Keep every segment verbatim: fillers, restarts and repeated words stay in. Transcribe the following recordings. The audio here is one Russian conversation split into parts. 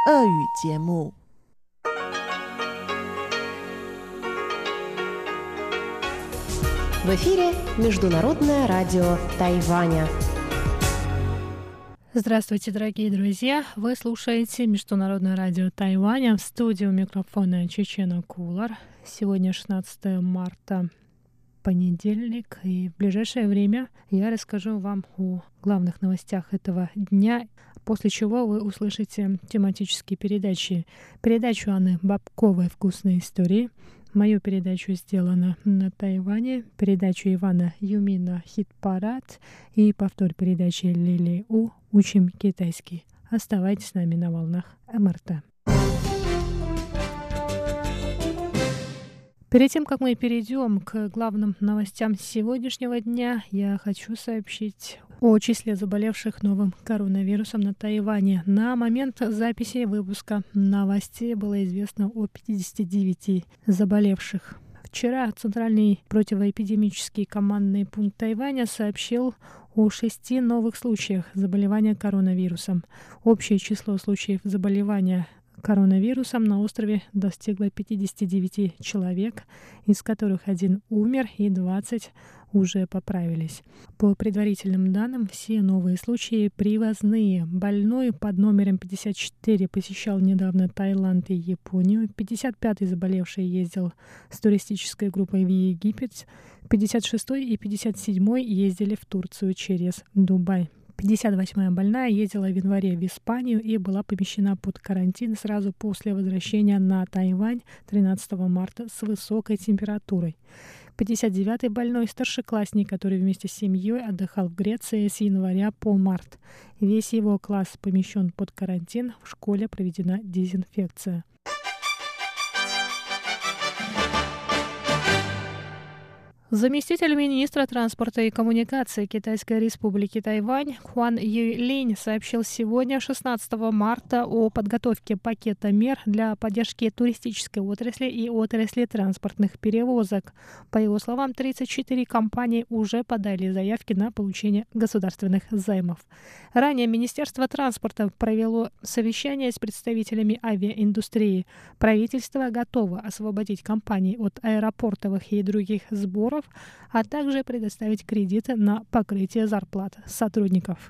俄语节目。 В эфире Международное радио Тайваня. Здравствуйте, дорогие друзья! Вы слушаете Международное радио Тайваня. В студии у микрофона Чечена Кулар. Сегодня шестнадцатое марта, понедельник, и в ближайшее время я расскажу вам о главных новостях этого дня, после чего вы услышите тематические передачи. Передачу Анны Бабковой «Вкусные истории», мою передачу «Сделано на Тайване», передачу Ивана Юмина «Хит-парад» и повтор передачи Лили У «Учим китайский». Оставайтесь с нами на волнах эм эр тэ. Перед тем, как мы перейдем к главным новостям сегодняшнего дня, я хочу сообщить о числе заболевших новым коронавирусом на Тайване. На момент записи выпуска новостей было известно о пятидесяти девяти заболевших. Вчера Центральный противоэпидемический командный пункт Тайваня сообщил о шести новых случаях заболевания коронавирусом. Общее число случаев заболевания коронавирусом на острове достигло пятидесяти девяти человек, из которых один умер и двадцать уже поправились. По предварительным данным, все новые случаи привозные. Больной под номером пятьдесят четыре посещал недавно Таиланд и Японию. пятьдесят пятый заболевший ездил с туристической группой в Египет. пятьдесят шестой и пятьдесят седьмой ездили в Турцию через Дубай. пятьдесят восьмая больная ездила в январе в Испанию и была помещена под карантин сразу после возвращения на Тайвань тринадцатого марта с высокой температурой. пятьдесят девятый больной старшеклассник, который вместе с семьей отдыхал в Греции с января по март. Весь его класс помещен под карантин, в школе проведена дезинфекция. Заместитель министра транспорта и коммуникации Китайской республики Тайвань Хуан Юйлинь сообщил сегодня, шестнадцатого марта, о подготовке пакета мер для поддержки туристической отрасли и отрасли транспортных перевозок. По его словам, тридцать четыре компании уже подали заявки на получение государственных займов. Ранее Министерство транспорта провело совещание с представителями авиаиндустрии. Правительство готово освободить компании от аэропортовых и других сборов, а также предоставить кредиты на покрытие зарплат сотрудников.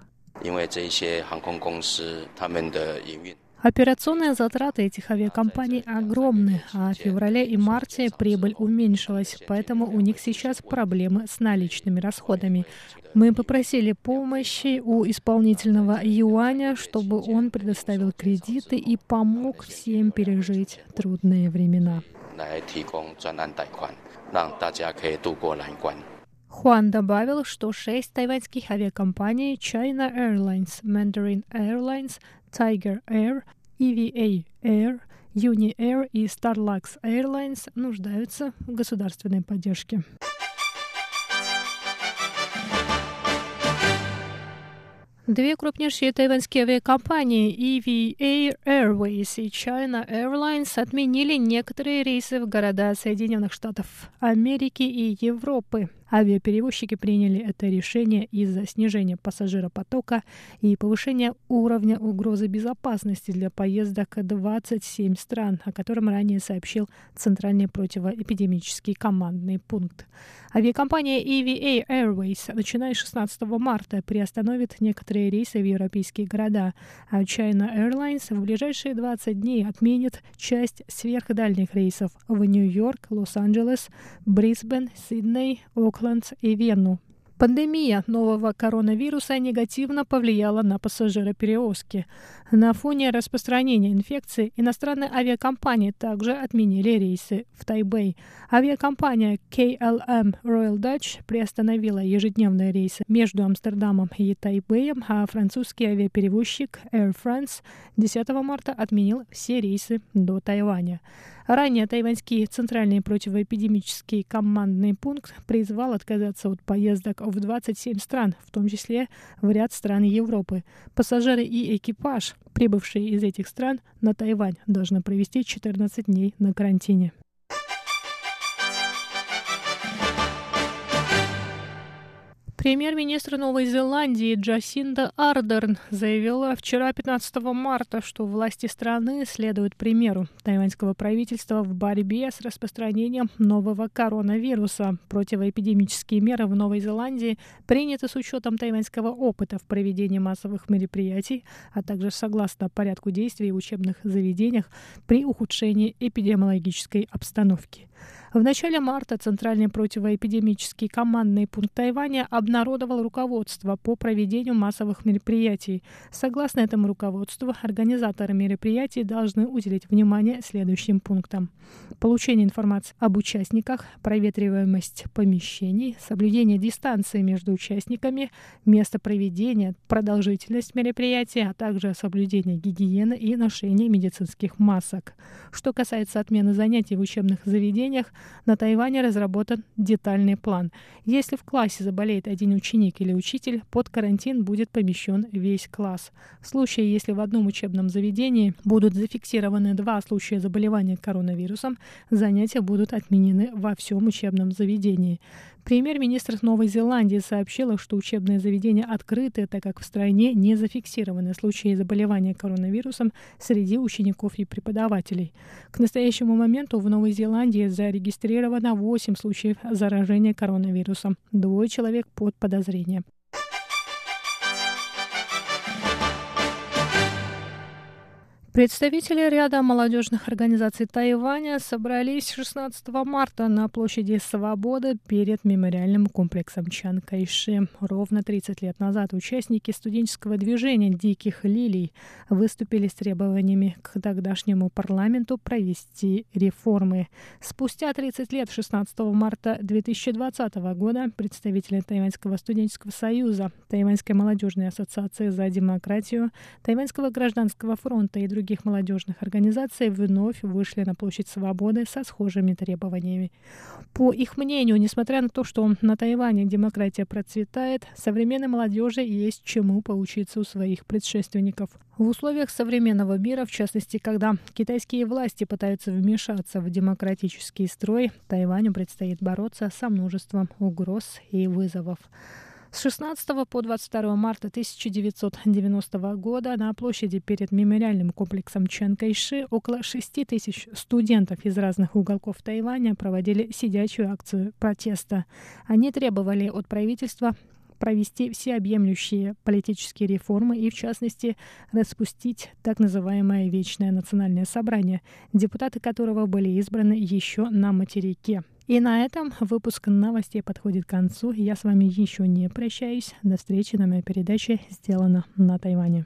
Операционные затраты этих авиакомпаний огромны, а в феврале и марте прибыль уменьшилась, поэтому у них сейчас проблемы с наличными расходами. Мы попросили помощи у исполнительного юаня, чтобы он предоставил кредиты и помог всем пережить трудные времена. Хуан добавил, что шесть тайваньских авиакомпаний China Airlines, Mandarin Airlines, Tiger Air, и ви эй Air, Uni Air и Starlux Airlines нуждаются в государственной поддержке. Две крупнейшие тайваньские авиакомпании и ви эй Airways и China Airlines отменили некоторые рейсы в города Соединенных Штатов Америки и Европы. Авиаперевозчики приняли это решение из-за снижения пассажиропотока и повышения уровня угрозы безопасности для поездок в двадцать семь стран, о котором ранее сообщил Центральный противоэпидемический командный пункт. Авиакомпания и ви эй Airways, начиная с шестнадцатого марта, приостановит некоторые рейсы в европейские города, а China Airlines в ближайшие двадцать дней отменит часть сверхдальних рейсов в Нью-Йорк, Лос-Анджелес, Брисбен, Сидней, Окленд и Вену. Пандемия нового коронавируса негативно повлияла на пассажироперевозки. На фоне распространения инфекции иностранные авиакомпании также отменили рейсы в Тайбэй. Авиакомпания кей эл эм Royal Dutch приостановила ежедневные рейсы между Амстердамом и Тайбэем, а французский авиаперевозчик Air France десятого марта отменил все рейсы до Тайваня. Ранее тайваньский Центральный противоэпидемический командный пункт призвал отказаться от поездок в двадцать семь стран, в том числе в ряд стран Европы. Пассажиры и экипаж, прибывшие из этих стран на Тайвань, должны провести четырнадцать дней на карантине. Премьер-министр Новой Зеландии Джасинда Ардерн заявила вчера, пятнадцатого марта, что власти страны следуют примеру тайваньского правительства в борьбе с распространением нового коронавируса. Противоэпидемические меры в Новой Зеландии приняты с учетом тайваньского опыта в проведении массовых мероприятий, а также согласно порядку действий в учебных заведениях при ухудшении эпидемиологической обстановки. В начале марта Центральный противоэпидемический командный пункт Тайваня обнародовал руководство по проведению массовых мероприятий. Согласно этому руководству, организаторы мероприятий должны уделить внимание следующим пунктам: получение информации об участниках, проветриваемость помещений, соблюдение дистанции между участниками, место проведения, продолжительность мероприятия, а также соблюдение гигиены и ношение медицинских масок. Что касается отмены занятий в учебных заведениях, на Тайване разработан детальный план. Если в классе заболеет один ученик или учитель, под карантин будет помещен весь класс. В случае, если в одном учебном заведении будут зафиксированы два случая заболевания коронавирусом, занятия будут отменены во всем учебном заведении. Премьер-министр Новой Зеландии сообщила, что учебные заведения открыты, так как в стране не зафиксированы случаи заболевания коронавирусом среди учеников и преподавателей. К настоящему моменту в Новой Зеландии зарегистрировано восемь случаев заражения коронавирусом. Двое человек под подозрением. Представители ряда молодежных организаций Тайваня собрались шестнадцатого марта на площади Свободы перед мемориальным комплексом Чан Кайши. Ровно тридцать лет назад участники студенческого движения «Диких лилий» выступили с требованиями к тогдашнему парламенту провести реформы. Спустя тридцать лет, шестнадцатого марта две тысячи двадцатого года, представители Тайваньского студенческого союза, Тайваньской молодежной ассоциации за демократию, Тайваньского гражданского фронта и других других молодежных организаций вновь вышли на площадь Свободы со схожими требованиями. По их мнению, несмотря на то, что на Тайване демократия процветает, современной молодежи есть чему поучиться у своих предшественников. В условиях современного мира, в частности, когда китайские власти пытаются вмешаться в демократический строй, Тайваню предстоит бороться со множеством угроз и вызовов. С шестнадцатого по двадцать второе марта тысяча девятьсот девяностого года на площади перед мемориальным комплексом Чан Кайши около шести тысяч студентов из разных уголков Тайваня проводили сидячую акцию протеста. Они требовали от правительства провести всеобъемлющие политические реформы и, в частности, распустить так называемое Вечное национальное собрание, депутаты которого были избраны еще на материке. И на этом выпуск новостей подходит к концу. Я с вами еще не прощаюсь. До встречи на моей передаче «Сделано на Тайване».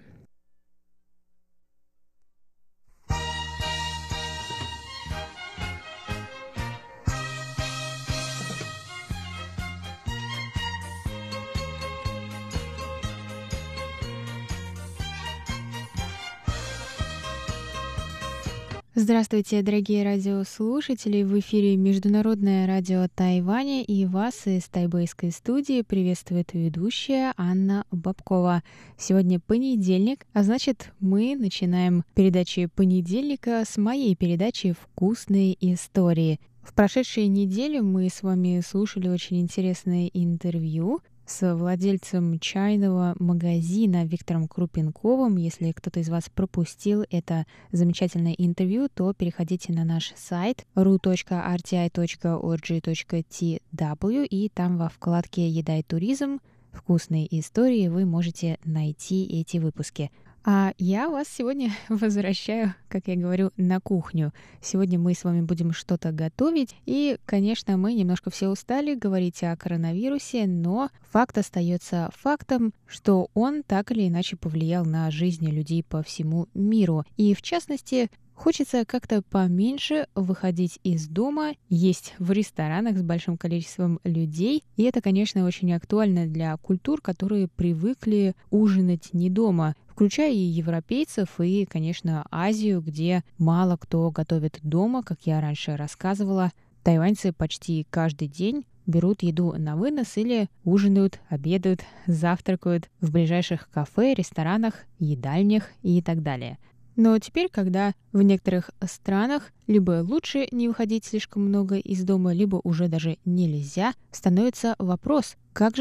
Здравствуйте, дорогие радиослушатели! В эфире Международное радио Тайваня, и вас из тайбэйской студии приветствует ведущая Анна Бабкова. Сегодня понедельник, а значит, мы начинаем передачи понедельника с моей передачи «Вкусные истории». В прошедшей неделе мы с вами слушали очень интересное интервью с владельцем чайного магазина Виктором Крупенковым. Если кто-то из вас пропустил это замечательное интервью, то переходите на наш сайт ру точка ар ти ай точка орг точка ти дабл ю, и там во вкладке «Еда и туризм. Вкусные истории» вы можете найти эти выпуски. А я вас сегодня возвращаю, как я говорю, на кухню. Сегодня мы с вами будем что-то готовить. И, конечно, мы немножко все устали говорить о коронавирусе, но факт остается фактом, что он так или иначе повлиял на жизнь людей по всему миру. И, в частности, хочется как-то поменьше выходить из дома, есть в ресторанах с большим количеством людей. И это, конечно, очень актуально для культур, которые привыкли ужинать не дома, включая и европейцев, и, конечно, Азию, где мало кто готовит дома, как я раньше рассказывала. Тайваньцы почти каждый день берут еду на вынос или ужинают, обедают, завтракают в ближайших кафе, ресторанах, едальнях и так далее. Но теперь, когда в некоторых странах либо лучше не выходить слишком много из дома, либо уже даже нельзя, становится вопрос, как же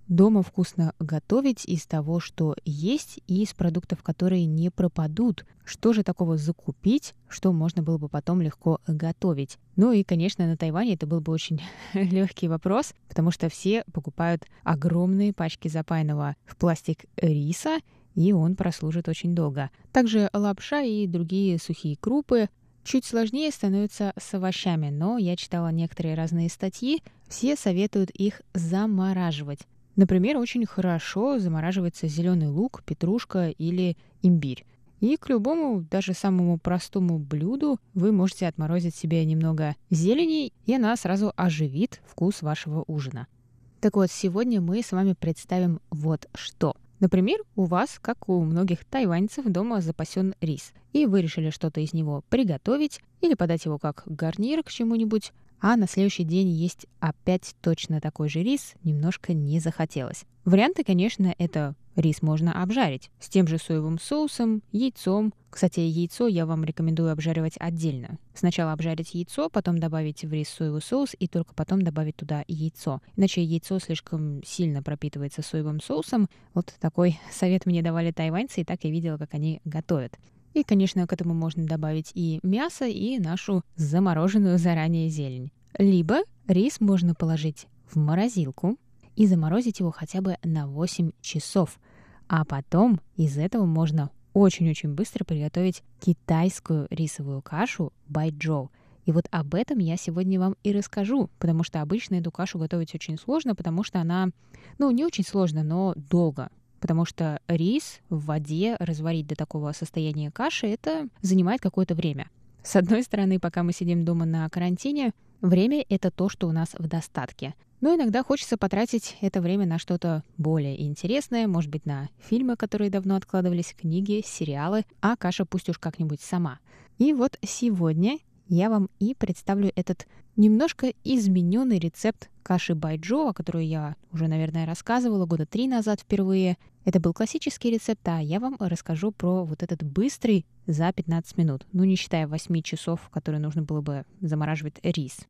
дома вкусно готовить из того, что есть, и из продуктов, которые не пропадут. Что же такого закупить, что можно было бы потом легко готовить? Ну и, конечно, на Тайване это был бы очень легкий вопрос, потому что все покупают огромные пачки запаянного в пластик риса, и он прослужит очень долго. Также лапша и другие сухие крупы. Чуть сложнее становится с овощами, но я читала некоторые разные статьи, все советуют их замораживать. Например, очень хорошо замораживается зеленый лук, петрушка или имбирь. И к любому, даже самому простому блюду вы можете отморозить себе немного зелени, и она сразу оживит вкус вашего ужина. Так вот, сегодня мы с вами представим вот что. Например, у вас, как у многих тайваньцев, дома запасен рис, и вы решили что-то из него приготовить или подать его как гарнир к чему-нибудь, а на следующий день есть опять точно такой же рис, немножко не захотелось. Варианты, конечно, это рис можно обжарить с тем же соевым соусом, яйцом. Кстати, яйцо я вам рекомендую обжаривать отдельно. Сначала обжарить яйцо, потом добавить в рис соевый соус и только потом добавить туда яйцо. Иначе яйцо слишком сильно пропитывается соевым соусом. Вот такой совет мне давали тайваньцы, и так я видела, как они готовят. И, конечно, к этому можно добавить и мясо, и нашу замороженную заранее зелень. Либо рис можно положить в морозилку и заморозить его хотя бы на восемь часов. А потом из этого можно очень-очень быстро приготовить китайскую рисовую кашу байчжоу. И вот об этом я сегодня вам и расскажу, потому что обычно эту кашу готовить очень сложно, потому что она, ну, не очень сложно, но долго. Потому что рис в воде разварить до такого состояния каши, это занимает какое-то время. С одной стороны, пока мы сидим дома на карантине, время — это то, что у нас в достатке. Но иногда хочется потратить это время на что-то более интересное, может быть, на фильмы, которые давно откладывались, книги, сериалы, а каша пусть уж как-нибудь сама. И вот сегодня я вам и представлю этот немножко измененный рецепт каши байчжоу, о которой я уже, наверное, рассказывала года три назад впервые. Это был классический рецепт, а я вам расскажу про вот этот быстрый за пятнадцать минут, ну не считая восьми часов, в которые нужно было бы замораживать рис.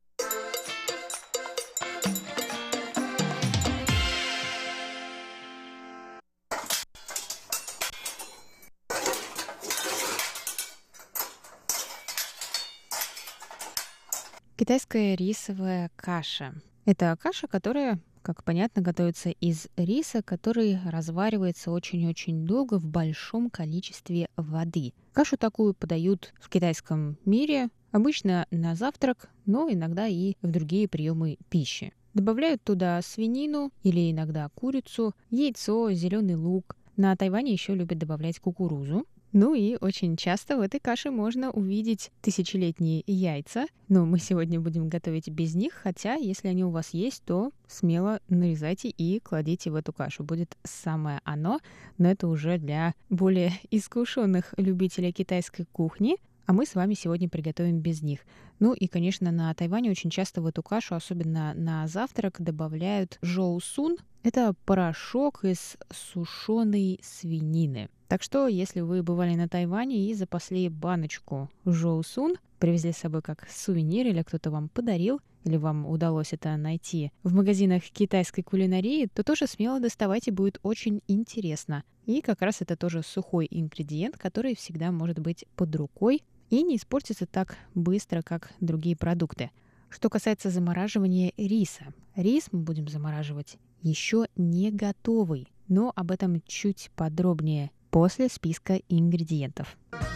Китайская рисовая каша. Это каша, которая, как понятно, готовится из риса, который разваривается очень-очень долго в большом количестве воды. Кашу такую подают в китайском мире обычно на завтрак, но иногда и в другие приемы пищи. Добавляют туда свинину или иногда курицу, яйцо, зеленый лук. На Тайване еще любят добавлять кукурузу. Ну и очень часто в этой каше можно увидеть тысячелетние яйца. Но мы сегодня будем готовить без них, хотя если они у вас есть, то смело нарезайте и кладите в эту кашу. Будет самое оно, но это уже для более искушенных любителей китайской кухни. А мы с вами сегодня приготовим без них. Ну и, конечно, на Тайване очень часто в эту кашу, особенно на завтрак, добавляют жоусун. Это порошок из сушеной свинины. Так что, если вы бывали на Тайване и запасли баночку жоусун, привезли с собой как сувенир, или кто-то вам подарил, или вам удалось это найти в магазинах китайской кулинарии, то тоже смело доставайте, будет очень интересно. И как раз это тоже сухой ингредиент, который всегда может быть под рукой и не испортится так быстро, как другие продукты. Что касается замораживания риса. Рис мы будем замораживать еще не готовый, но об этом чуть подробнее после списка ингредиентов.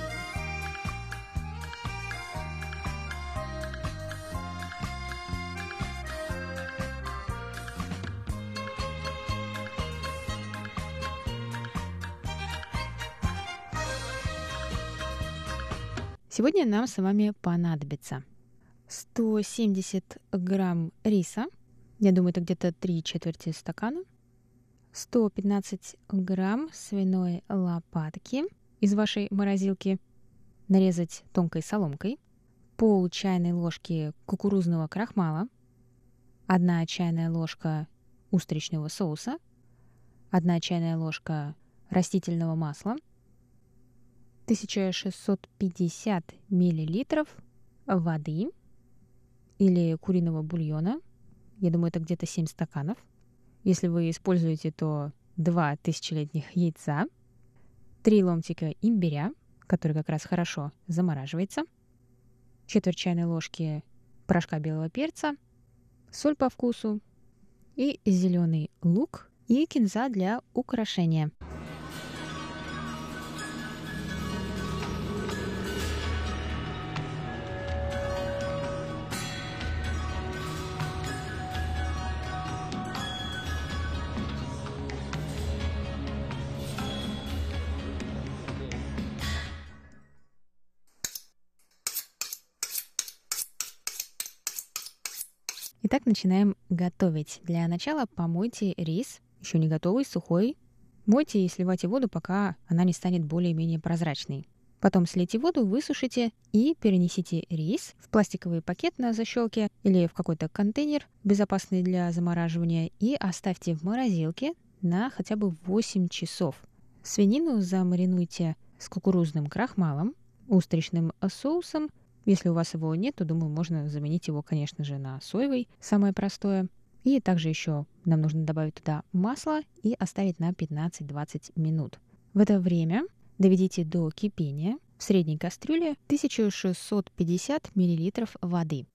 Сегодня нам с вами понадобится сто семьдесят грамм риса, я думаю, это где-то три четверти стакана, сто пятнадцать грамм свиной лопатки из вашей морозилки, нарезать тонкой соломкой, пол чайной ложки кукурузного крахмала, одна чайная ложка устричного соуса, одна чайная ложка растительного масла, тысяча шестьсот пятьдесят миллилитров воды или куриного бульона, я думаю, это где-то семь стаканов, если вы используете, то два тысячелетних яйца, три ломтика имбиря, который как раз хорошо замораживается, четверть чайной ложки порошка белого перца, соль по вкусу и зеленый лук и кинза для украшения. Итак, начинаем готовить. Для начала помойте рис, еще не готовый, сухой. Мойте и сливайте воду, пока она не станет более-менее прозрачной. Потом слейте воду, высушите и перенесите рис в пластиковый пакет на защелке или в какой-то контейнер, безопасный для замораживания, и оставьте в морозилке на хотя бы восемь часов. Свинину замаринуйте с кукурузным крахмалом, устричным соусом. Если у вас его нет, то, думаю, можно заменить его, конечно же, на соевый, самое простое. И также еще нам нужно добавить туда масло и оставить на пятнадцать-двадцать минут. В это время доведите до кипения в средней кастрюле тысяча шестьсот пятьдесят миллилитров воды.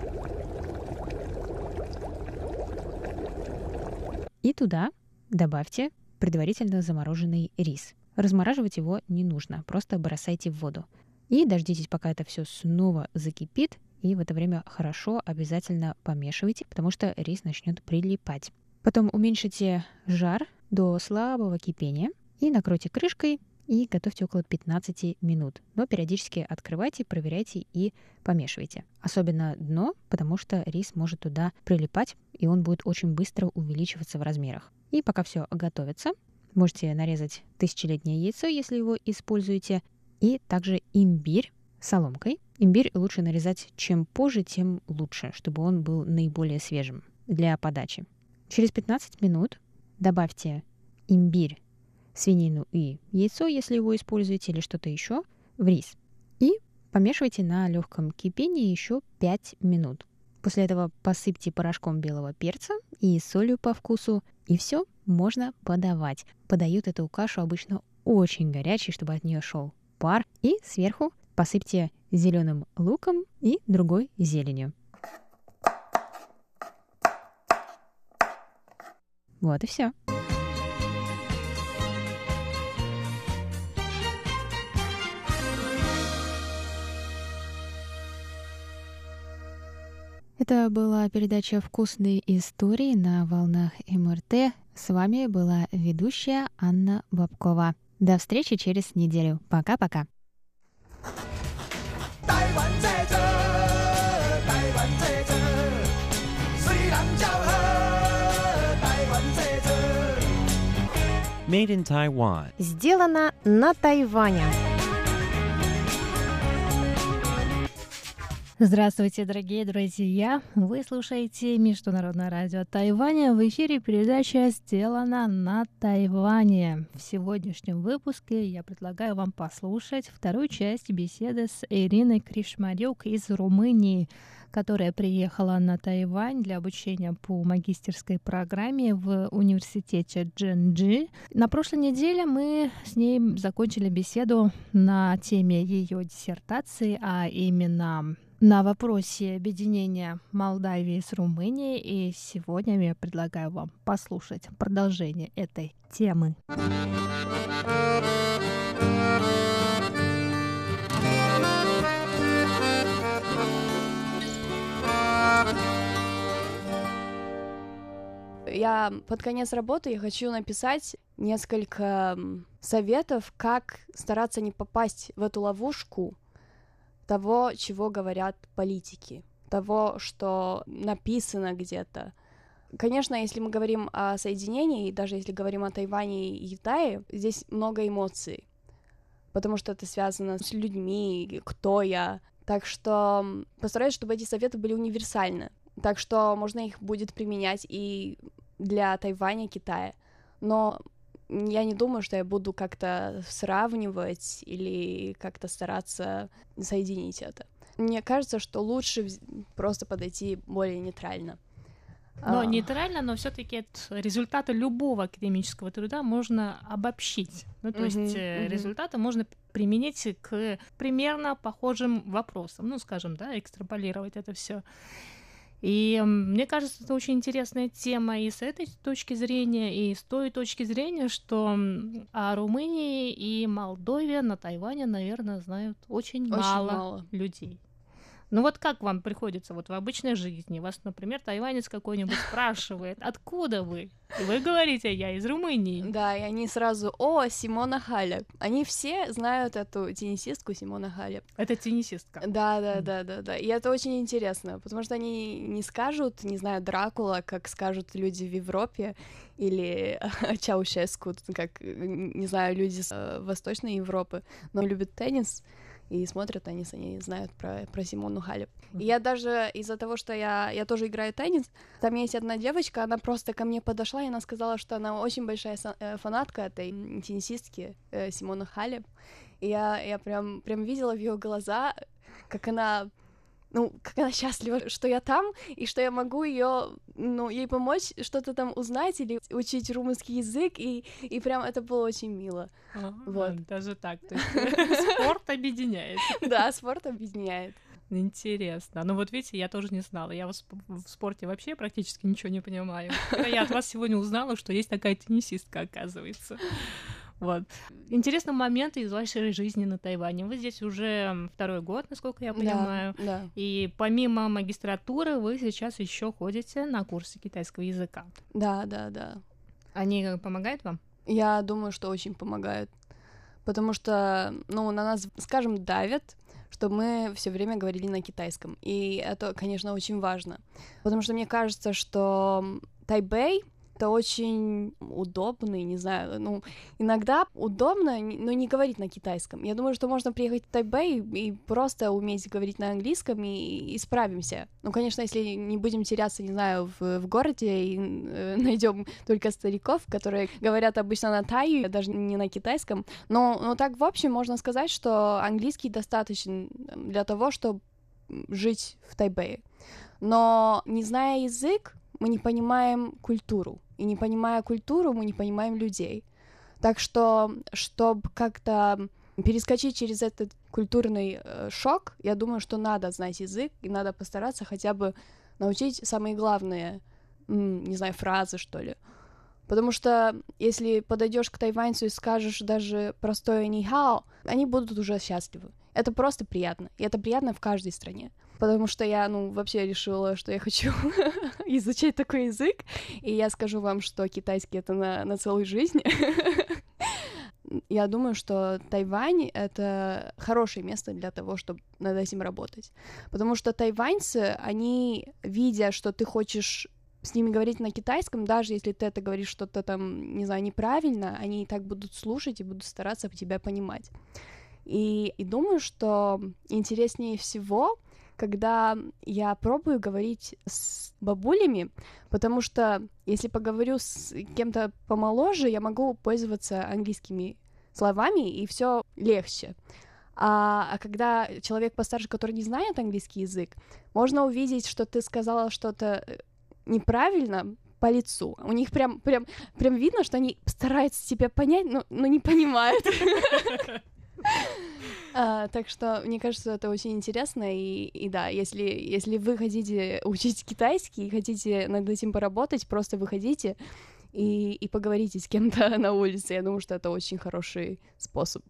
И туда добавьте предварительно замороженный рис. Размораживать его не нужно, просто бросайте в воду. И дождитесь, пока это все снова закипит, и в это время хорошо обязательно помешивайте, потому что рис начнет прилипать. Потом уменьшите жар до слабого кипения и накройте крышкой и готовьте около пятнадцать минут. Но периодически открывайте, проверяйте и помешивайте. Особенно дно, потому что рис может туда прилипать, и он будет очень быстро увеличиваться в размерах. И пока все готовится, можете нарезать тысячелетнее яйцо, если его используете, и также имбирь соломкой. Имбирь лучше нарезать чем позже, тем лучше, чтобы он был наиболее свежим для подачи. Через пятнадцать минут добавьте имбирь, свинину и яйцо, если его используете, или что-то еще, в рис. И помешивайте на легком кипении еще пять минут. После этого посыпьте порошком белого перца и солью по вкусу, и все, можно подавать. Подают эту кашу обычно очень горячей, чтобы от нее шел пар, и сверху посыпьте зеленым луком и другой зеленью. Вот и все. Это была передача «Вкусные истории» на волнах эм эр тэ. С вами была ведущая Анна Бабкова. До встречи через неделю. Пока-пока. Made in Taiwan. Сделано на Тайване. Здравствуйте, дорогие друзья! Вы слушаете Международное радио Тайваня. В эфире передача «Сделано на Тайване». В сегодняшнем выпуске я предлагаю вам послушать вторую часть беседы с Ириной Кришмарюк из Румынии, которая приехала на Тайвань для обучения по магистерской программе в университете Чжэньчжи. На прошлой неделе мы с ней закончили беседу на теме ее диссертации, а именно на вопросе объединения Молдавии с Румынией. И сегодня я предлагаю вам послушать продолжение этой темы. Я под конец работы я хочу написать несколько советов, как стараться не попасть в эту ловушку того, чего говорят политики, того, что написано где-то. Конечно, если мы говорим о соединении, даже если говорим о Тайване и Китае, здесь много эмоций, потому что это связано с людьми, кто я. Так что постараюсь, чтобы эти советы были универсальны. Так что можно их будет применять и для Тайваня, Китая. Но я не думаю, что я буду как-то сравнивать или как-то стараться соединить это. Мне кажется, что лучше просто подойти более нейтрально. Но А, нейтрально, но все-таки результаты любого академического труда можно обобщить. Ну, то Мгм, есть э, мгм. результаты можно применить к примерно похожим вопросам. Ну, скажем, да, экстраполировать это все. И м, мне кажется, это очень интересная тема и с этой точки зрения, и с той точки зрения, что м, о Румынии и Молдове на Тайване, наверное, знают очень Очень мало мало. людей. Ну вот как вам приходится вот в обычной жизни? Вас, например, тайванец какой-нибудь спрашивает, откуда вы? И вы говорите, я из Румынии. Да, и они сразу, о, Симона Халеп. Они все знают эту теннисистку Симона Халеп. Это теннисистка. Да, да, Мгм. да, да, да. И это очень интересно, потому что они не скажут, не знаю, Дракула, как скажут люди в Европе, или Чаушеску, как, не знаю, люди с э, Восточной Европы, но любят теннис, и смотрят они, они знают про, про Симону Халеп. И я даже из-за того, что я, я тоже играю в теннис, там есть одна девочка, она просто ко мне подошла, и она сказала, что она очень большая са- э, фанатка этой м, теннисистки э, Симона Халеп. И я, я прям, прям видела в ее глаза, как она, ну, как она счастлива, что я там, и что я могу ее, ну, ей помочь что-то там узнать или учить румынский язык, и, и прям это было очень мило. А, Вот. Даже так. То есть спорт объединяет. Да, спорт объединяет. Интересно. Ну вот видите, я тоже не знала. Я в сп- в спорте вообще практически ничего не понимаю. А я от вас сегодня узнала, что есть такая теннисистка, оказывается. Вот. Интересный момент из вашей жизни на Тайване. Вы здесь уже второй год, насколько я понимаю. Да, да. И помимо магистратуры вы сейчас еще ходите на курсы китайского языка. Да, да, да. Они помогают вам? Я думаю, что очень помогают. Потому что, ну, на нас, скажем, давят, что мы все время говорили на китайском. И это, конечно, очень важно. Потому что мне кажется, что Тайбэй — это очень удобный, не знаю, ну, иногда удобно, но не говорить на китайском. Я думаю, что можно приехать в Тайбэй и просто уметь говорить на английском, и, и справимся. Ну, конечно, если не будем теряться, не знаю, в, в городе и э, найдем только стариков, которые говорят обычно на тайю, даже не на китайском. Но, но так, в общем, можно сказать, что английский достаточен для того, чтобы жить в Тайбэе. Но, не зная язык, мы не понимаем культуру. И не понимая культуру, мы не понимаем людей. Так что, чтобы как-то перескочить через этот культурный э, шок, я думаю, что надо знать язык, и надо постараться хотя бы научить самые главные, м, не знаю, фразы, что ли. Потому что если подойдешь к тайваньцу и скажешь даже простое «нихао», они будут уже счастливы. Это просто приятно. И это приятно в каждой стране. Потому что я, ну, вообще решила, что я хочу изучать такой язык, и я скажу вам, что китайский — это на, на целую жизнь. Я думаю, что Тайвань — это хорошее место для того, чтобы над этим работать. Потому что тайваньцы, они, видя, что ты хочешь с ними говорить на китайском, даже если ты это говоришь что-то там, не знаю, неправильно, они и так будут слушать и будут стараться тебя понимать. И, и думаю, что интереснее всего, когда я пробую говорить с бабулями, потому что если поговорю с кем-то помоложе, я могу пользоваться английскими словами, и все легче. А, а когда человек постарше, который не знает английский язык, можно увидеть, что ты сказала что-то неправильно по лицу. У них прям, прям, прям видно, что они стараются тебя понять, но, но не понимают. А, так что, мне кажется, это очень интересно, и, и да, если, если вы хотите учить китайский и хотите над этим поработать, просто выходите и, и поговорите с кем-то на улице. Я думаю, что это очень хороший способ.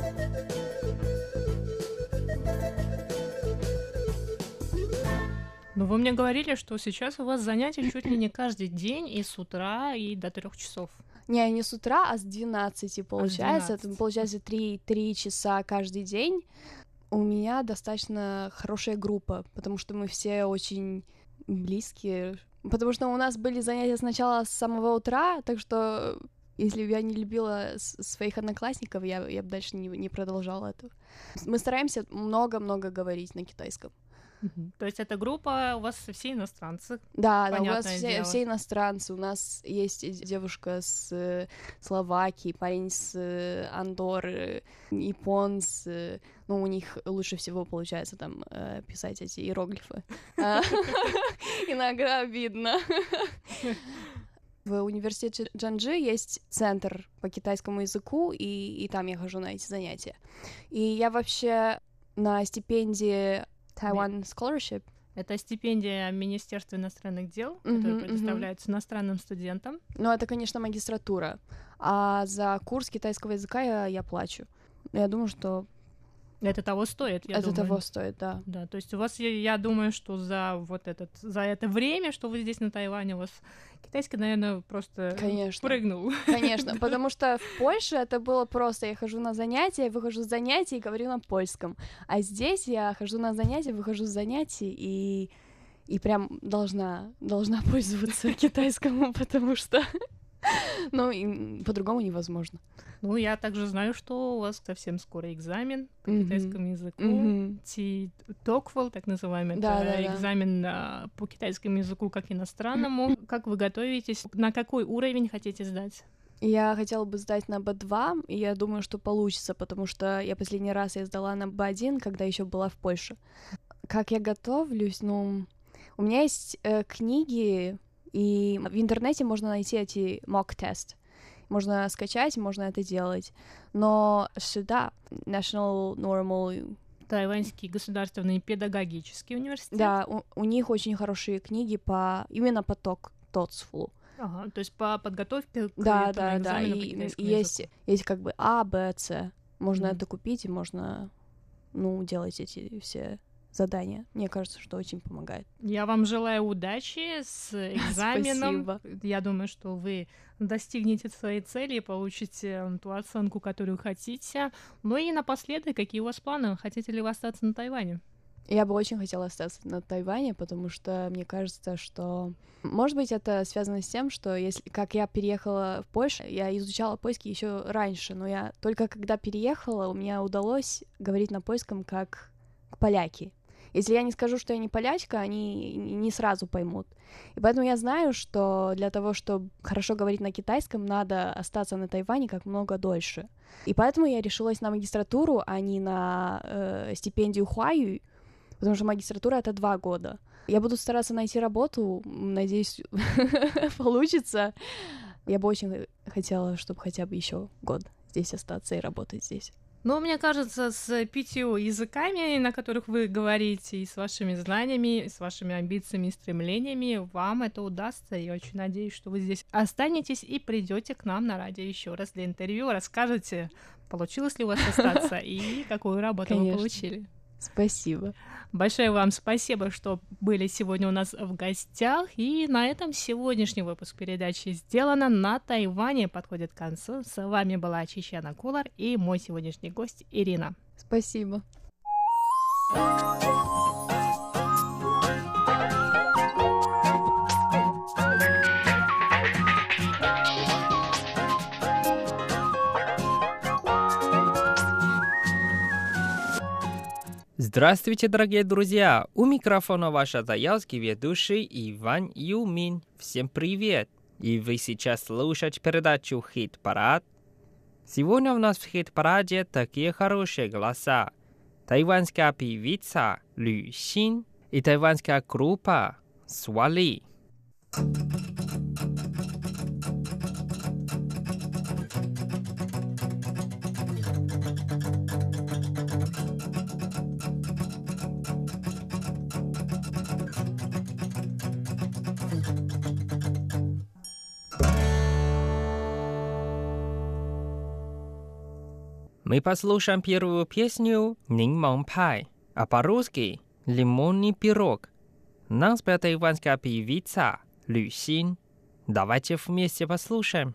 Ну, вы мне говорили, что сейчас у вас занятия чуть ли не каждый день, и с утра, и до трех часов. Не, не с утра, а с двенадцати, получается. Это, двенадцати. получается, три часа каждый день. У меня достаточно хорошая группа, потому что мы все очень близкие. Потому что у нас были занятия сначала с самого утра, так что если бы я не любила своих одноклассников, я, я бы дальше не, не продолжала этого. Мы стараемся много-много говорить на китайском. То есть эта группа, у вас все иностранцы? Да, да, у нас Понятное все, дело. все иностранцы. У нас есть девушка с э, Словакии, парень с э, Андорры, японцы. Ну, у них лучше всего получается там э, писать эти иероглифы. А, Иногда видно. В университете Чжанчжи есть центр по китайскому языку, и, и там я хожу на эти занятия. И я вообще на стипендии Taiwan Scholarship. Это стипендия Министерства иностранных дел, Мгм, которая мгм. предоставляется иностранным студентам. Но это, конечно, магистратура. А за курс китайского языка я, я плачу. Я думаю, что Это того стоит, я это думаю. того стоит, да. Да, то есть у вас, я, я думаю, что за вот этот, за это время, что вы здесь на Тайване, у вас китайский, наверное, просто Конечно. прыгнул. Конечно, потому что в Польше это было просто, я хожу на занятия, выхожу с занятий и говорю на польском, а здесь я хожу на занятия, выхожу с занятий и, и прям должна, должна пользоваться китайскому, потому что, ну, и по-другому невозможно. Ну, я также знаю, что у вас совсем скоро экзамен по Мгм. китайскому языку. Мгм. TOEFL, так называемый, Да, это да, да. экзамен а, по китайскому языку как иностранному. Как вы готовитесь? На какой уровень хотите сдать? Я хотела бы сдать на би два, и я думаю, что получится, потому что я последний раз я сдала на би один, когда еще была в Польше. Как я готовлюсь? Ну, у меня есть э, книги, и в интернете можно найти эти mock-тест. Можно скачать, можно это делать. Но сюда, National Normal, Тайваньский государственный педагогический университет. да, у, у них очень хорошие книги по именно по ток, TOEFL. Ага, то есть по подготовке к Да, этому да, да. экзамену по И, и китайскому есть, языку. есть как бы А, Б, С. Можно Мгм. это купить, и можно, ну, делать эти все задания. Мне кажется, что очень помогает. Я вам желаю удачи с экзаменом. Спасибо. Я думаю, что вы достигнете своей цели и получите м, ту оценку, которую хотите. Ну и напоследок, какие у вас планы? Хотите ли вы остаться на Тайване? Я бы очень хотела остаться на Тайване, потому что мне кажется, что... Может быть, это связано с тем, что если как я переехала в Польшу, я изучала польский еще раньше, но я только когда переехала, у меня удалось говорить на польском как поляки. Если я не скажу, что я не полячка, они не сразу поймут. И поэтому я знаю, что для того, чтобы хорошо говорить на китайском, надо остаться на Тайване как много дольше. И поэтому я решилась на магистратуру, а не на э, стипендию Хуаю, потому что магистратура — это два года. Я буду стараться найти работу, надеюсь, получится. Я бы очень хотела, чтобы хотя бы еще год здесь остаться и работать здесь. Ну, мне кажется, с пятью языками, на которых вы говорите, и с вашими знаниями, и с вашими амбициями и стремлениями, вам это удастся. Я очень надеюсь, что вы здесь останетесь и придете к нам на радио еще раз для интервью, расскажете, получилось ли у вас остаться и какую работу вы Конечно. получили. Спасибо. Большое вам спасибо, что были сегодня у нас в гостях. И на этом сегодняшний выпуск передачи «Сделано на Тайване» подходит к концу. С вами была Чечена Кулар и мой сегодняшний гость Ирина. Спасибо. Здравствуйте, дорогие друзья! У микрофона ваш таялский ведущий Иван Юмин. Всем привет! И вы сейчас слушаете передачу «Хит-парад». Сегодня у нас в хит-параде такие хорошие голоса. Тайванская певица Лю Син и тайванская группа Свали. Мы послушаем первую песню «Нимон пай», а по-русски «Лимонный пирог». Нам спела тайванская певица Лю Син. Давайте вместе послушаем.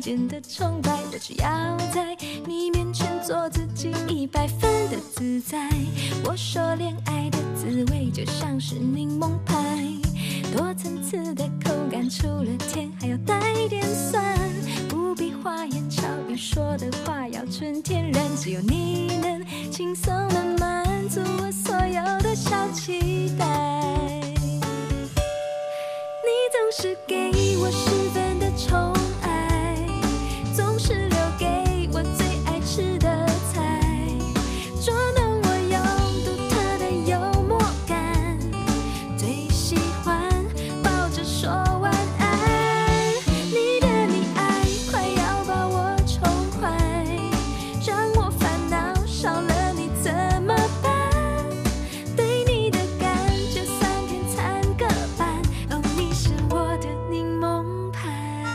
点的崇拜，我只要在你面前做自己一百分的自在。我说恋爱的滋味就像是柠檬派，多层次的口感，除了甜还要带点酸，不必花言巧语，说的话要纯天然，只有你能轻松的满足我所有的小期待。你总是给我十分的宠爱，总是留给我最爱吃的菜，捉弄我用独特的幽默感，最喜欢抱着说晚安。你的溺爱快要把我宠坏，让我烦恼少了你怎么办？对你的感觉酸甜参个半，哦，你是我的柠檬派。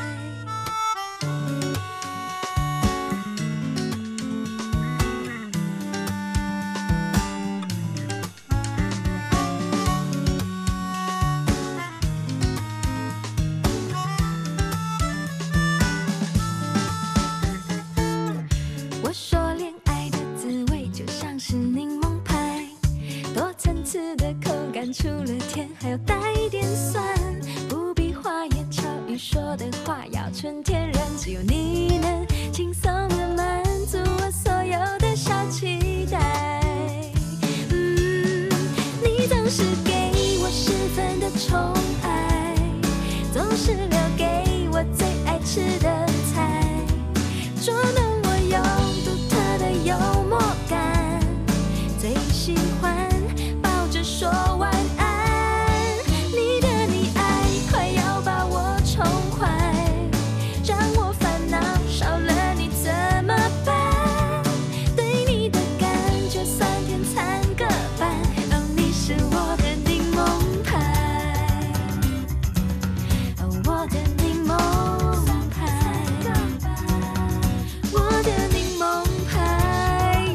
我说恋爱的滋味就像是柠檬派，多层次的口感，除了甜还要带点酸，不必花言巧语，说的话要纯天然，只有你能轻松的满足我所有的小期待。嗯，你总是给我十分的宠爱，总是留给我最爱吃的菜，捉弄我用独特的幽默感，最喜欢抱着说晚安。你的溺爱快要把我宠坏，让我烦恼少了你怎么办？对你的感觉酸甜参个半，哦，你是我的柠檬派，哦，我的柠檬派，我的柠檬派，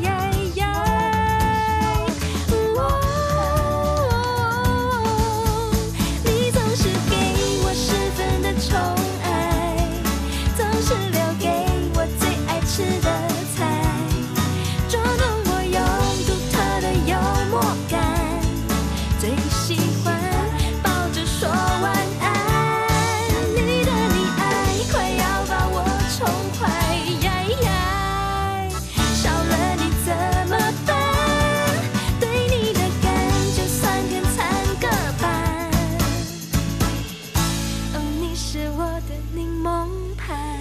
你总是给我十分的宠爱，总是留给我最爱吃的菜，捉弄我用独特的幽默感，最喜欢抱着说晚安。你的溺爱快要把我宠坏，少了你怎么办？对你的感觉酸甜参个半，哦，你是我的柠檬派。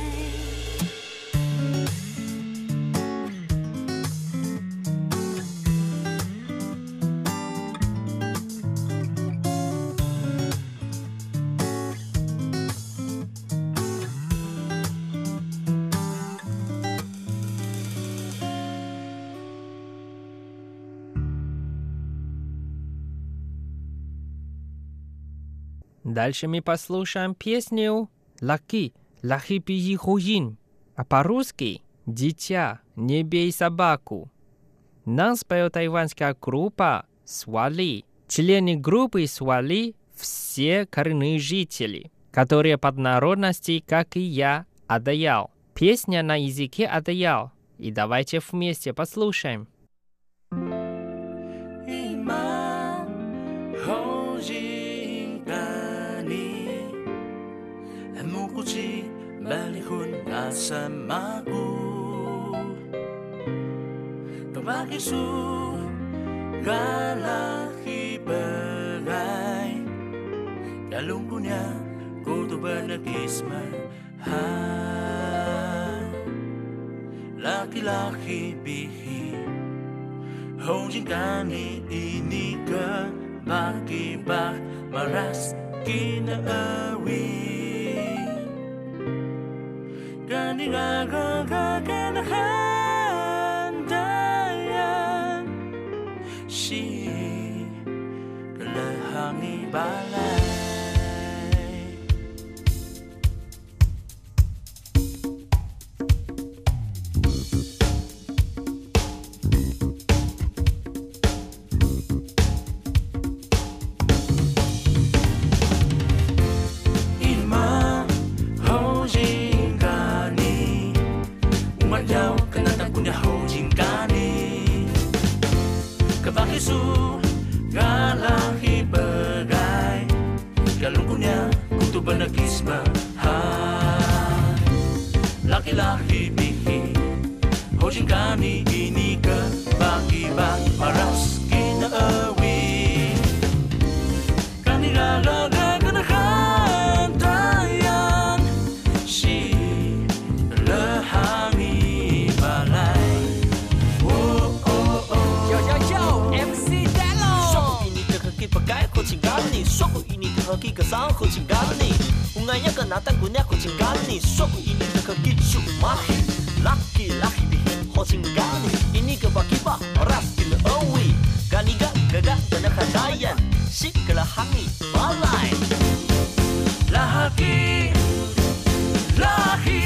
Дальше мы послушаем песню «Лаки, лахи пизи хужин», а по-русски «Дитя, не бей собаку». Нам споет тайванская группа «Свали». Члены группы «Свали» все коренные жители, которые под народности, как и я, Адаял. Песня на языке Адаял. И давайте вместе послушаем. Balihun asamaku Kabaki su Galaki bagay Galung kunya Kuto ba nag-isma Ha Laki-laki bihi Hojin kani inika Baki ba maras kinaawi Gani gagagaganahandayan Si kalahangi balay Ima hojin kani kisma ha laki lahi bihi hojin kani ini ke bagi ba maras kina awi kani ga ga ga kana khan tayan shi le hangi balai oh oh oh yo yo yo em xê Delo sok ini ke ke pakai ko cingani sok ini ke ke ke sang ko cingani unganya ke natan gunya ko cingani sok ini ke ke su mahi laki laki bihi ko cingani ini ke bakiba ras kin awi gani ga gaga kana khadayan sikla hangi balai lahaki lahi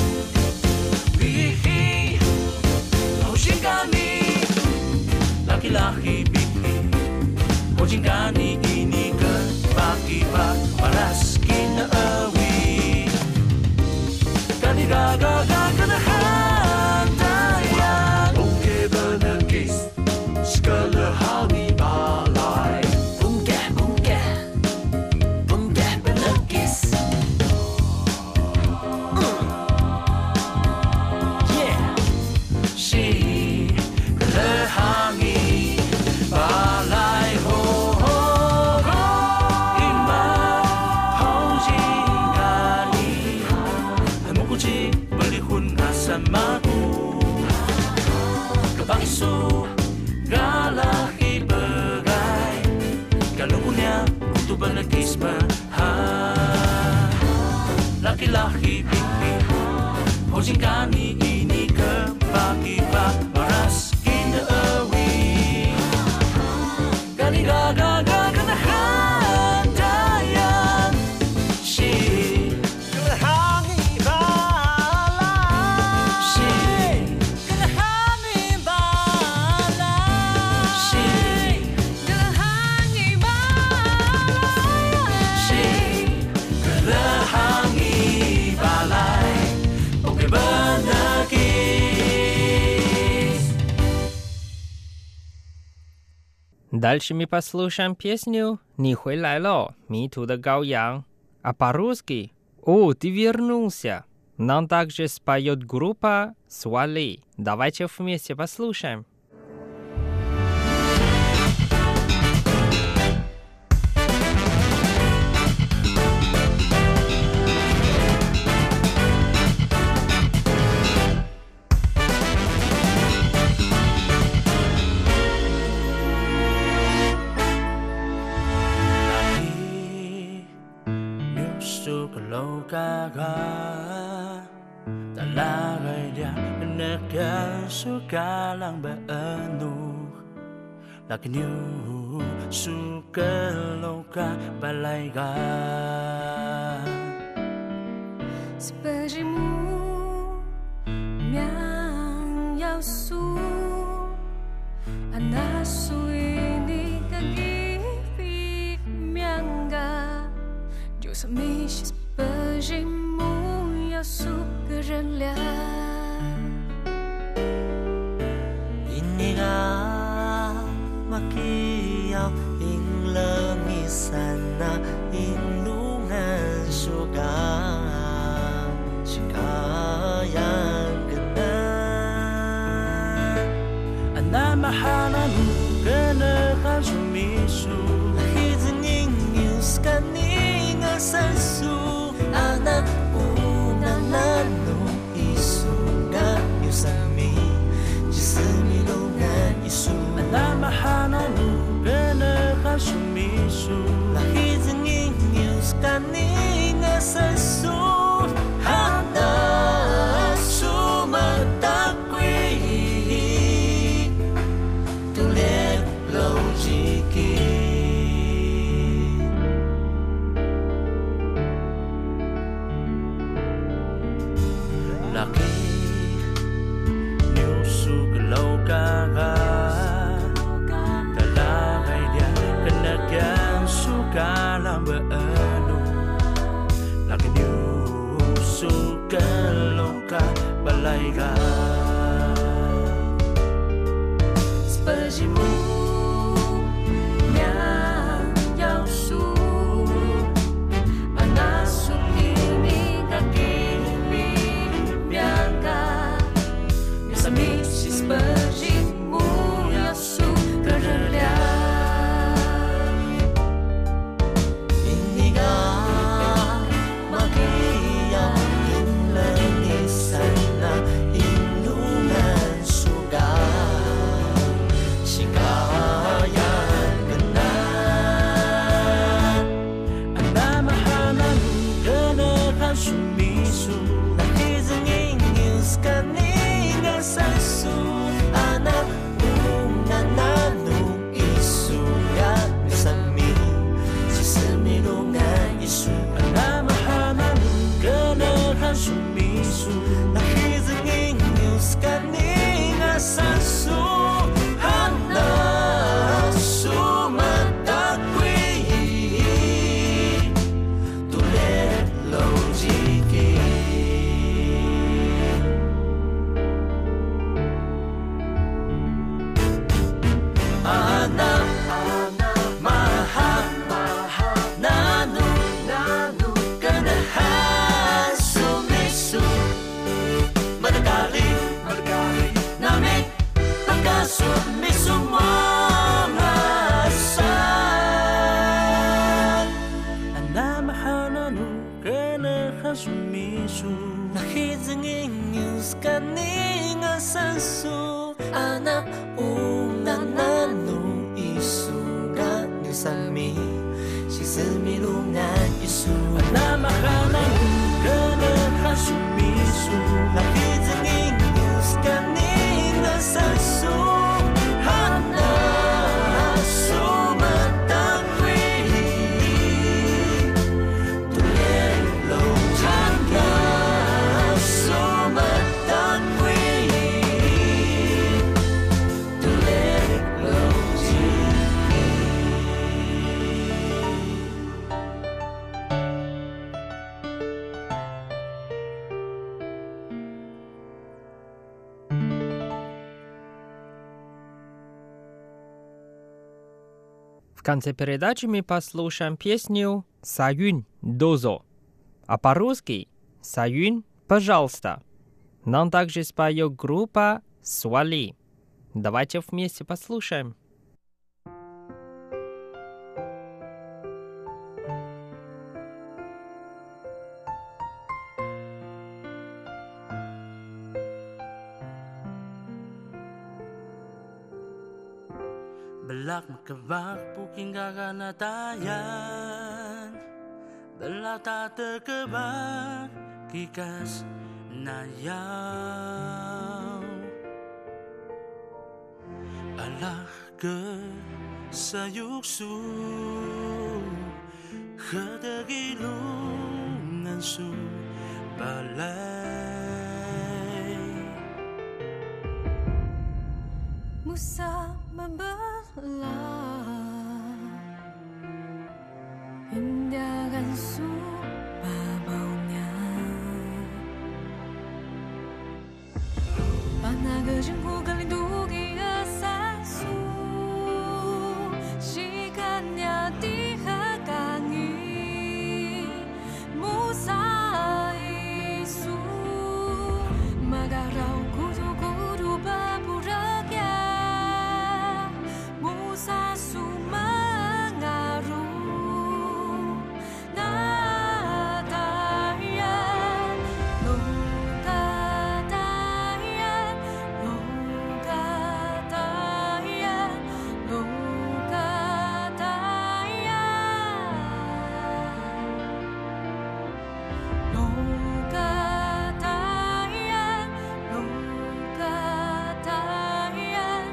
bihi hoshingani laki lahi bihi hoshingani ini ke baki ba paras kin awi gani ga ga ga kana hantayan okay benekis segala hal ni balai bungkeh bungkeh bungkeh benekis mm. yeah si lehangi balai ho ho ho ima hojingani hamukuji melihun asamaku kebagisu galahi begai kalau punya untuk benekisma ha laki-laki bibi hojingani ini ke bagi ba maras kina awi gani ga ga ga kana hantayan si hangi balai si hangi balai si hangi balai si lehangi balai okay benekis. Дальше мы послушаем песню «Не хуйлайло» Миту да Гаоян. А по-русски «О, ты вернулся». Нам также споет группа Суали. Давайте вместе послушаем. Suka lang beenu Lakin you suka loka balayga Спожиму мян яусу Анасуини кагифи мянга Джусамиши спожиму яусу каранля Iniga makiyaw ing langisan na inlungan suga Sikayan ka na Anamahanan Ganakal sumisu Hizning news kaninga sansu Anak unang nano isuga yusami Anamahanan Ganakal sumisu Hizning news kaninga sansu Handa sumatakwi Tulit lojiki Laki Nyusuk lokaga Kalangay dia Kenagam suka lang beenu Laki nyusuk semilungan Yesus na makanan kana hasumisu lakit zanging Diyos kaning nasasu hana sumatangwi tulelo hana sumatangwi tulelo В конце передачи мы послушаем песню «Саюнь дозо», а по-русски «Саюнь, пожалуйста». Нам также споет группа «Суали». Давайте вместе послушаем. Belak makabak puking kakanatayan Belak tak terkebak kikas nayaw Alah ke sayuksu Kedegilungan su balai Musa membelah indahkan su babaunya Panah kejengku kelindungi asasu Sikannya dihakangi Musa Isu Magarau kudu-kudu baburaknya Musa sumangaru Natayan Lungkatayan Lungkatayan Lungkatayan Lungkatayan Lungkatayan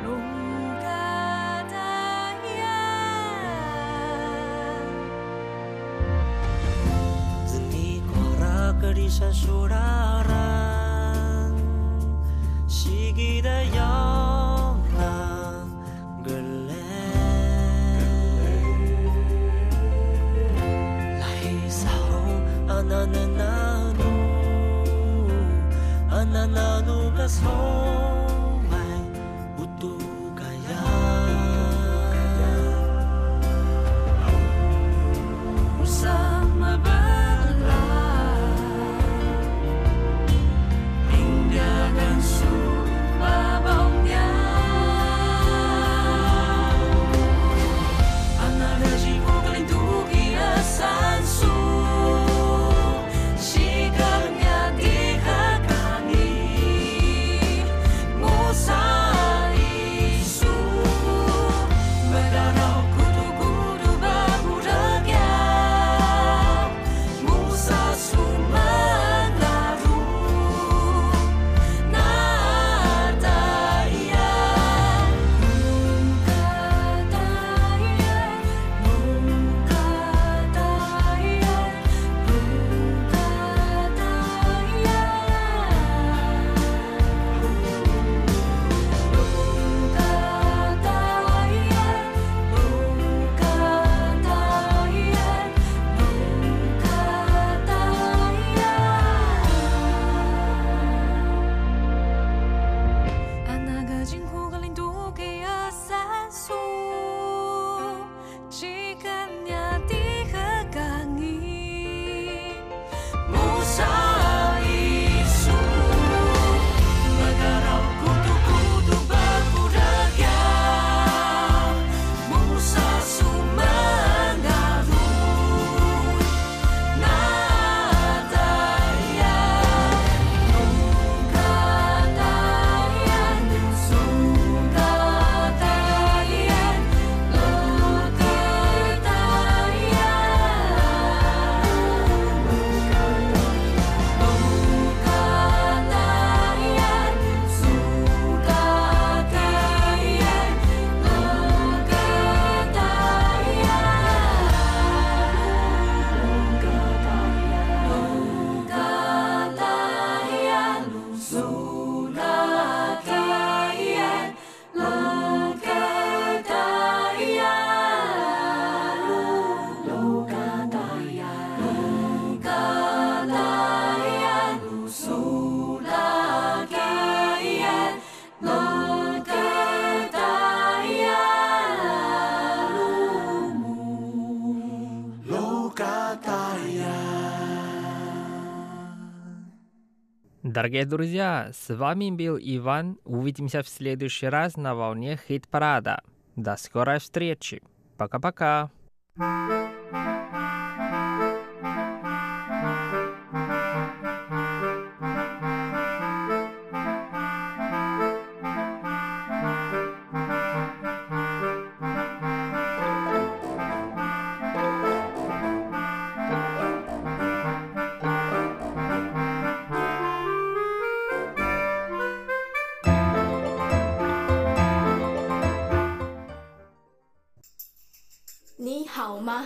Zeni kuara kerisan suraran Sigi dayang lang geleng Lahi sahong anananu Anananu kasomay Utu kaya Bersama belah Indahkan su babaunya Anak rejiku kelindungi asansu Sikapnya dihakangi Дорогие друзья, с вами был Иван. Увидимся в следующий раз на волне хит-парада. До скорой встречи. Пока-пока. 你好吗？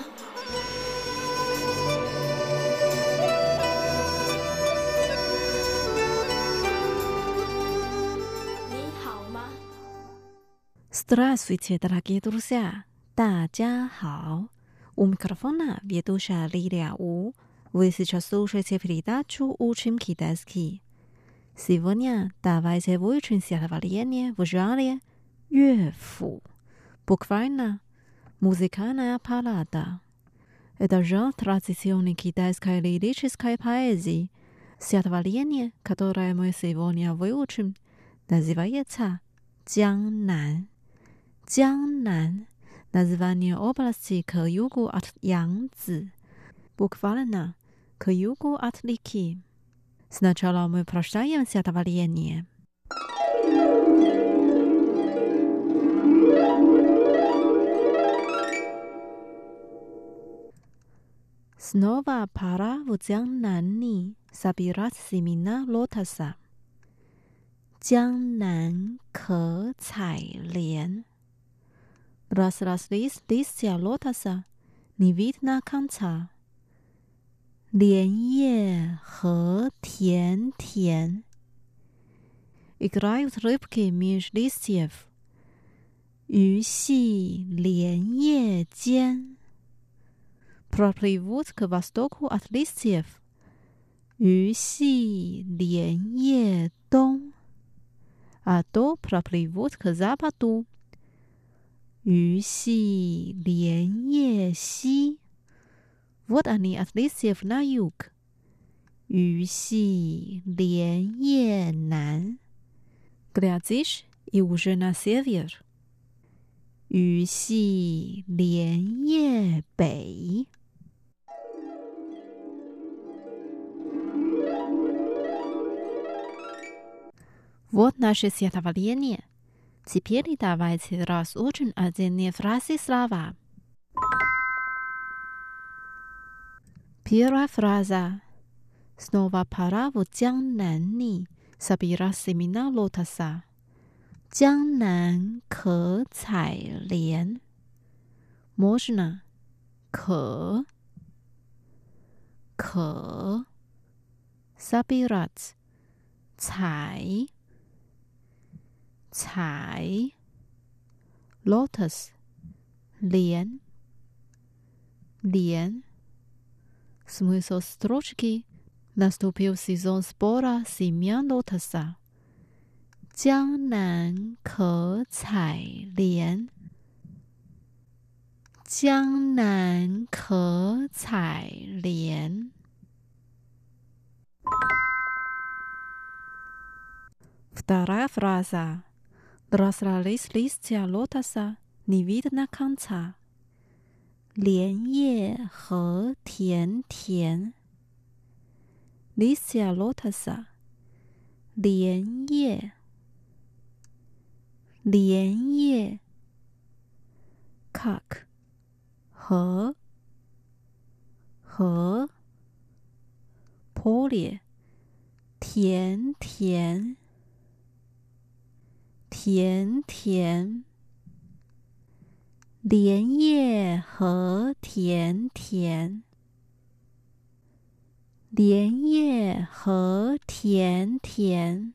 你好吗？ Здравствуйте, дорогие друзья! 大家好! У микрофона ведущая Лилия У. Вы сейчас слушаете передачу «Учим китайский». Сегодня давайте выучим стихотворение в жанре 乐府. Буквально музыкальная баллада. Это жанр традиционной китайской лирической поэзии. Стихотворение, которое мы сегодня выучим, называется «Jiangnan». Jiangnan – название области к югу от Янцзы. Буквально к югу от реки. Сначала мы прочитаем стихотворение. Снова пора в Jiangnan собирать семена лотоса. Jiangnan ke цай лен. Разрослись листья лотоса, не видно конца. 莲叶和甜甜. Играют рыбки меж листьев. 鱼戏莲叶间. Проплывут к востоку от листьев. 鱼戏莲叶东. А то проплывут к западу. 鱼戏莲叶西. Вот они от листьев на юг. 鱼戏莲叶南. Глядишь, и уже на север. 鱼戏莲叶北. Вот наше стихотворение. Теперь давайте разучим отдельные фразы слова. Первая фраза. Снова пора в Jiangnan собирать семена лотоса. Jiangnan ke цай лен. Можно к, к, собирать, цай, цай, лотос, лен, лен. Смысл строчки: наступил сезон сбора семян лотоса. Jiangnan ke цай лен. Jiangnan ke цай лен. Вторая фраза. Разрослись листья лотоса, не видно конца. 莲叶和甜甜. Листья лотоса. 莲叶. 莲叶. Как? 和. 和. Поле. 甜甜. 甜甜. 莲叶和甜甜. 莲叶和甜甜.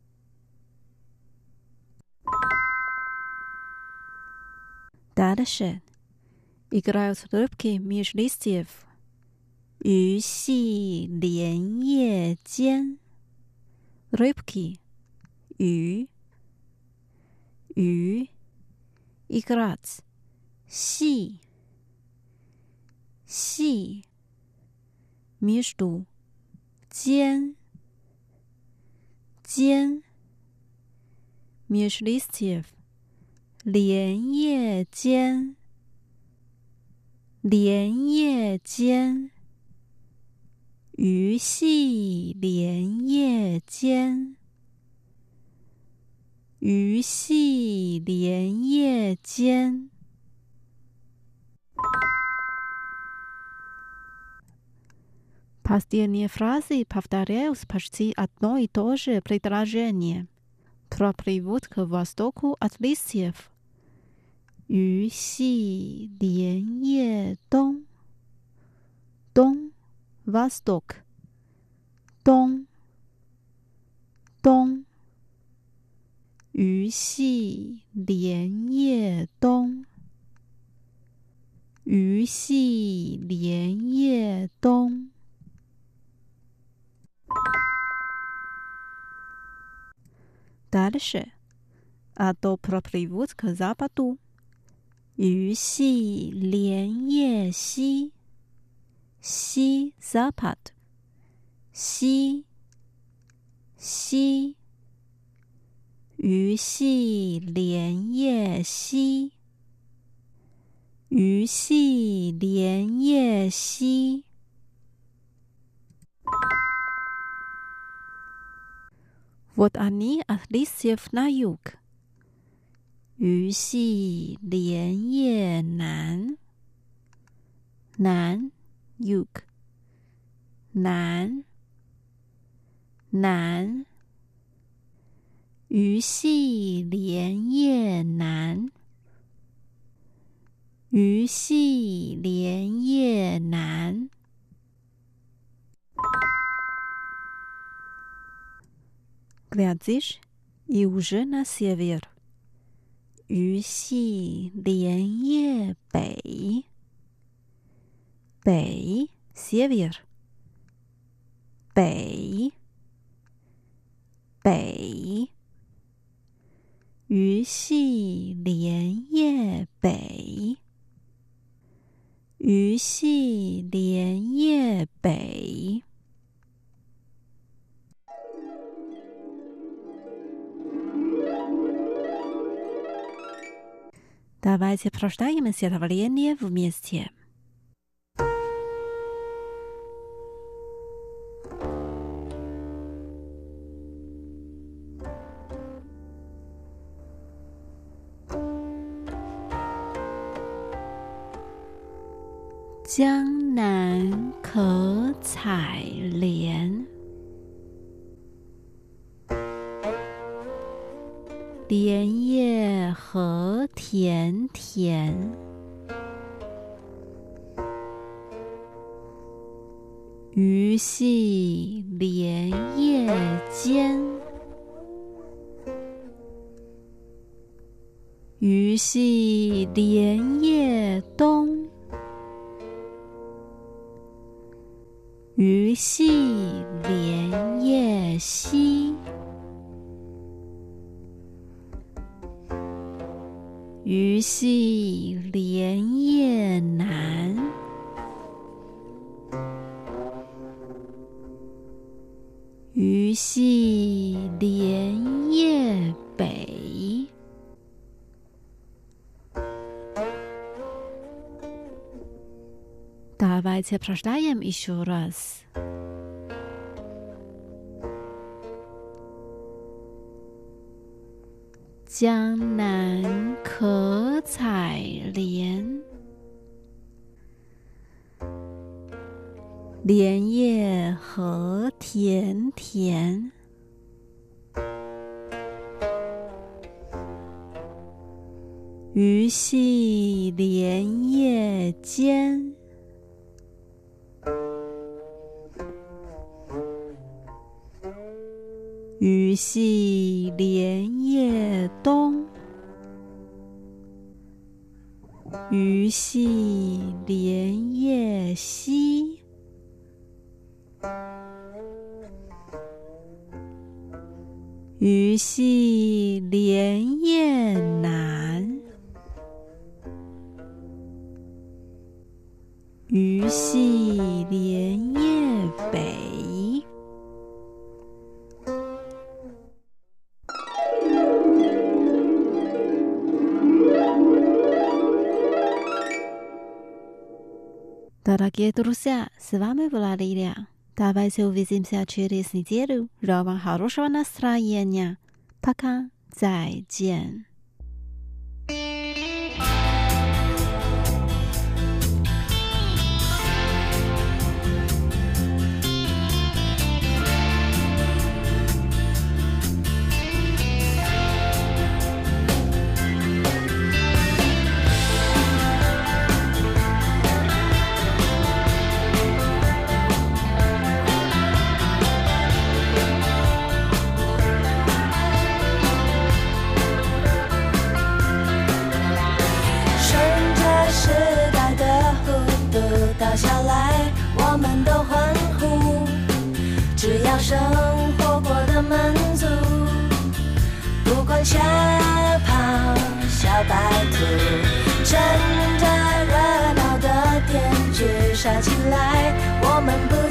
Дальше. Играют рыбки меж листьев. 鱼戏莲叶间. Рыбки. 鱼. 鱼. Играть. 戏. 戏. Между. 间. 间 меж листьев 莲叶间莲叶间鱼戏莲叶间鱼戏莲叶间Последние фразы повторяют почти одно и то же предложение. Про привод к востоку от листьев. 鱼戏莲叶东东 восток 东东鱼戏莲叶东鱼戏莲叶东Дальше. А то про привод к западу. 鱼戏莲叶西西 запад 西西鱼戏莲叶西鱼戏莲叶西Вот они от листьев на юг. 鱼戏莲叶南南 юг 南南鱼戏莲叶南鱼戏莲叶南Глядишь, и уже на север. 鱼戏莲叶北北 север 北北鱼戏莲叶北鱼戏莲叶北Давайте прочитаем стихотворение вместе. «江南可采莲，莲叶何田田。鱼戏莲叶间，鱼戏莲叶东。鱼戏莲叶西，鱼戏莲叶南，鱼戏莲叶北。Давайте прочитаем еще раз. «江南可采莲，莲叶何田田。鱼戏莲叶间，鱼戏莲叶东。鱼戏莲叶西，鱼戏莲叶南，鱼戏莲叶北。 Дорогие друзья, с вами была Лилия. Давайте увидимся через неделю. Желаю вам хорошего настроения. Пока. 再见。 下来，我们都欢呼，只要生活过得满足，不管小跑小白兔，趁着热闹的天聚杀起来，我们不